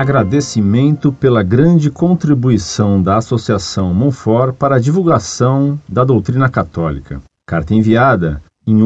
agradecimento pela grande contribuição da Associação Monfort para a divulgação da doutrina católica. Carta enviada em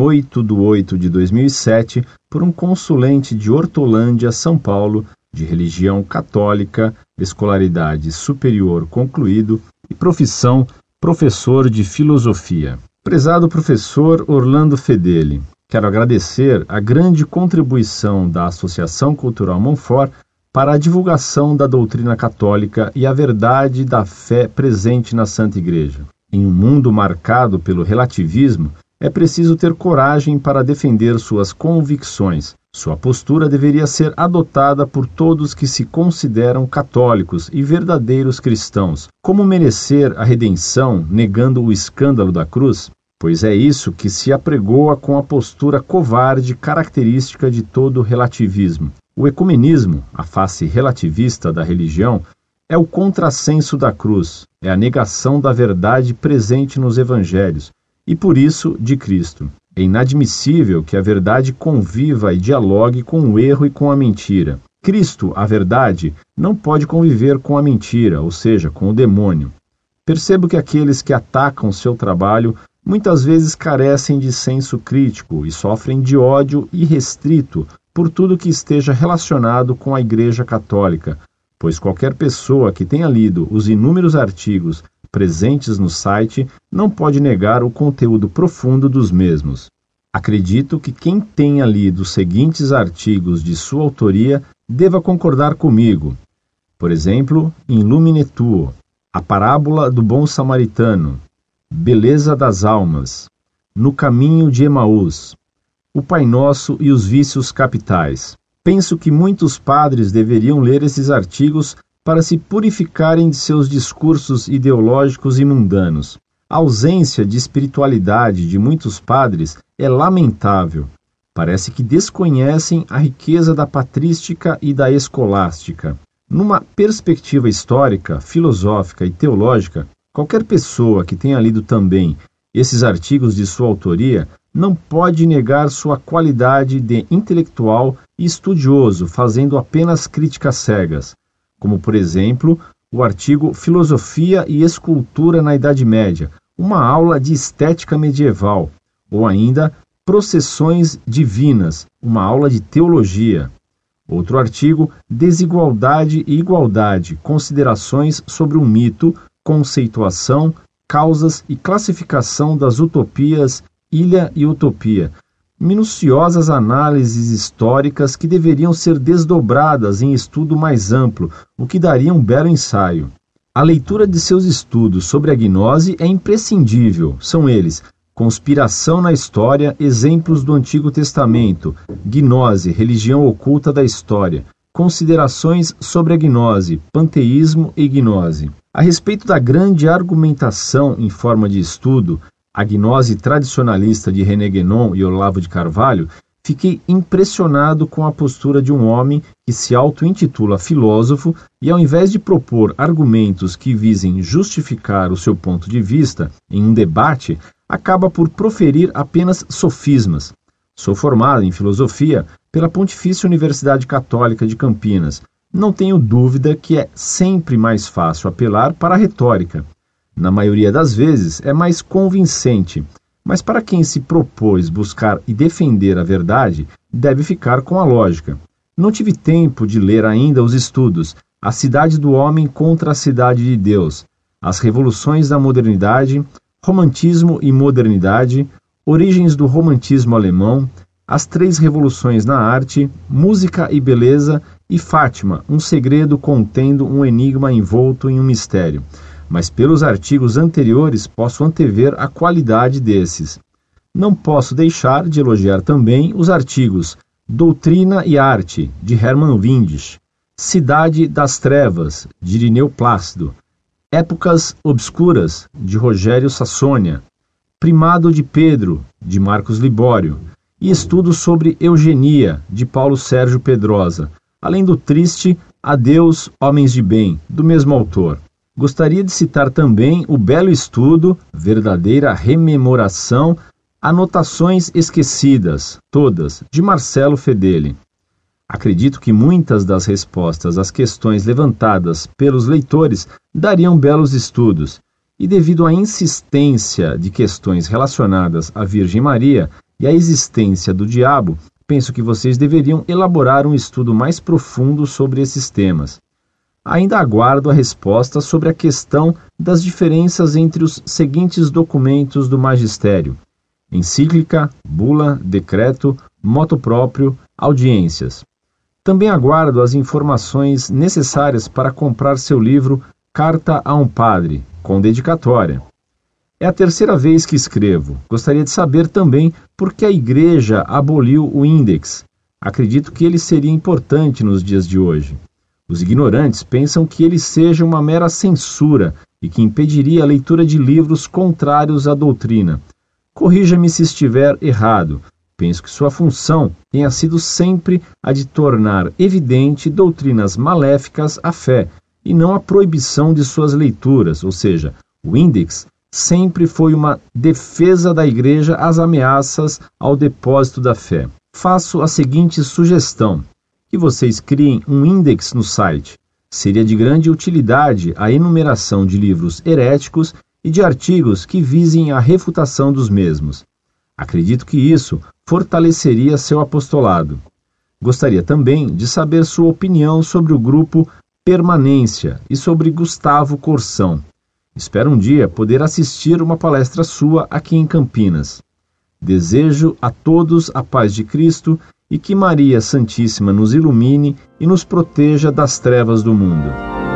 8/8/2007 por um consulente de Hortolândia, São Paulo, de religião católica, escolaridade superior concluído e profissão professor de filosofia. Prezado professor Orlando Fedeli, quero agradecer a grande contribuição da Associação Cultural Monfort para a divulgação da doutrina católica e a verdade da fé presente na Santa Igreja. Em um mundo marcado pelo relativismo, é preciso ter coragem para defender suas convicções. Sua postura deveria ser adotada por todos que se consideram católicos e verdadeiros cristãos. Como merecer a redenção negando o escândalo da cruz? Pois é isso que se apregoa com a postura covarde característica de todo relativismo. O ecumenismo, a face relativista da religião, é o contrassenso da cruz, é a negação da verdade presente nos evangelhos, e por isso de Cristo. É inadmissível que a verdade conviva e dialogue com o erro e com a mentira. Cristo, a verdade, não pode conviver com a mentira, ou seja, com o demônio. Percebo que aqueles que atacam seu trabalho muitas vezes carecem de senso crítico e sofrem de ódio irrestrito por tudo que esteja relacionado com a Igreja Católica, pois qualquer pessoa que tenha lido os inúmeros artigos presentes no site não pode negar o conteúdo profundo dos mesmos. Acredito que quem tenha lido os seguintes artigos de sua autoria deva concordar comigo. Por exemplo, em Lumine Tuo, A Parábola do Bom Samaritano, Beleza das Almas, No Caminho de Emaús, O Pai Nosso e os Vícios Capitais. Penso que muitos padres deveriam ler esses artigos para se purificarem de seus discursos ideológicos e mundanos. A ausência de espiritualidade de muitos padres é lamentável. Parece que desconhecem a riqueza da patrística e da escolástica. Numa perspectiva histórica, filosófica e teológica, qualquer pessoa que tenha lido também esses artigos de sua autoria não pode negar sua qualidade de intelectual e estudioso, fazendo apenas críticas cegas, como, por exemplo, o artigo Filosofia e Escultura na Idade Média, uma aula de estética medieval, ou ainda Processões Divinas, uma aula de teologia. Outro artigo, Desigualdade e Igualdade, considerações sobre um mito, conceituação, causas e classificação das utopias, ilha e utopia. Minuciosas análises históricas que deveriam ser desdobradas em estudo mais amplo, o que daria um belo ensaio. A leitura de seus estudos sobre a gnose é imprescindível. São eles: Conspiração na História, Exemplos do Antigo Testamento, Gnose, Religião Oculta da História, Considerações sobre a Gnose, Panteísmo e Gnose. A respeito da grande argumentação em forma de estudo, A Gnose Tradicionalista de René Guénon e Olavo de Carvalho, fiquei impressionado com a postura de um homem que se auto-intitula filósofo e, ao invés de propor argumentos que visem justificar o seu ponto de vista em um debate, acaba por proferir apenas sofismas. Sou formado em filosofia pela Pontifícia Universidade Católica de Campinas. Não tenho dúvida que é sempre mais fácil apelar para a retórica. Na maioria das vezes é mais convincente, mas para quem se propôs buscar e defender a verdade, deve ficar com a lógica. Não tive tempo de ler ainda os estudos A Cidade do Homem contra a Cidade de Deus, As Revoluções da Modernidade, Romantismo e Modernidade, Origens do Romantismo Alemão, As Três Revoluções na Arte, Música e Beleza e Fátima, um segredo contendo um enigma envolto em um mistério. Mas pelos artigos anteriores posso antever a qualidade desses. Não posso deixar de elogiar também os artigos Doutrina e Arte, de Hermann Windisch, Cidade das Trevas, de Irineu Plácido, Épocas Obscuras, de Rogério Sassônia, Primado de Pedro, de Marcos Libório, e Estudos sobre Eugenia, de Paulo Sérgio Pedrosa, além do triste Adeus, Homens de Bem, do mesmo autor. Gostaria de citar também o belo estudo, verdadeira rememoração, Anotações Esquecidas, todas, de Marcelo Fedeli. A Acredito que muitas das respostas às questões levantadas pelos leitores dariam belos estudos, e devido à insistência de questões relacionadas à Virgem Maria e à existência do diabo, penso que vocês deveriam elaborar um estudo mais profundo sobre esses temas. Ainda aguardo a resposta sobre a questão das diferenças entre os seguintes documentos do magistério: encíclica, bula, decreto, motu próprio, audiências. Também aguardo as informações necessárias para comprar seu livro Carta a um Padre, com dedicatória. É a terceira vez que escrevo. Gostaria de saber também por que a Igreja aboliu o índex. Acredito que ele seria importante nos dias de hoje. Os ignorantes pensam que ele seja uma mera censura e que impediria a leitura de livros contrários à doutrina. Corrija-me se estiver errado. Penso que sua função tenha sido sempre a de tornar evidente doutrinas maléficas à fé, e não a proibição de suas leituras, ou seja, o índex sempre foi uma defesa da Igreja às ameaças ao depósito da fé. Faço a seguinte sugestão: que vocês criem um índex no site. Seria de grande utilidade a enumeração de livros heréticos e de artigos que visem a refutação dos mesmos. Acredito que isso fortaleceria seu apostolado. Gostaria também de saber sua opinião sobre o grupo Permanência e sobre Gustavo Corsão. Espero um dia poder assistir uma palestra sua aqui em Campinas. Desejo a todos a paz de Cristo e que Maria Santíssima nos ilumine e nos proteja das trevas do mundo.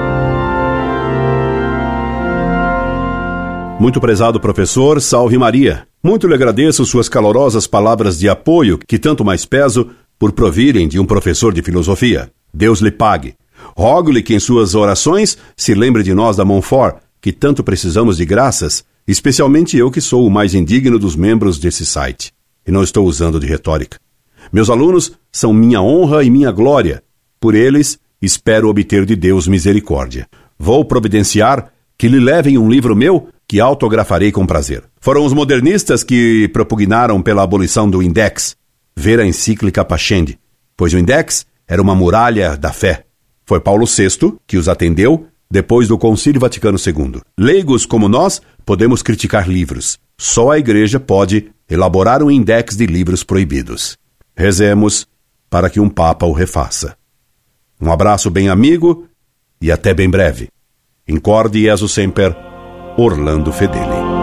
Muito prezado professor, salve Maria. Muito lhe agradeço suas calorosas palavras de apoio, que tanto mais peso por provirem de um professor de filosofia. Deus lhe pague. Rogo-lhe que em suas orações se lembre de nós da Montfort, que tanto precisamos de graças, especialmente eu que sou o mais indigno dos membros desse site. E não estou usando de retórica. Meus alunos são minha honra e minha glória. Por eles, espero obter de Deus misericórdia. Vou providenciar que lhe levem um livro meu que autografarei com prazer. Foram os modernistas que propugnaram pela abolição do index. Ver a encíclica Pascendi, pois o index era uma muralha da fé. Foi Paulo VI que os atendeu depois do Concílio Vaticano II. Leigos como nós podemos criticar livros. Só a Igreja pode elaborar um index de livros proibidos. Rezemos para que um Papa o refaça. Um abraço bem amigo e até bem breve. Incorde Jesus Semper, Orlando Fedeli.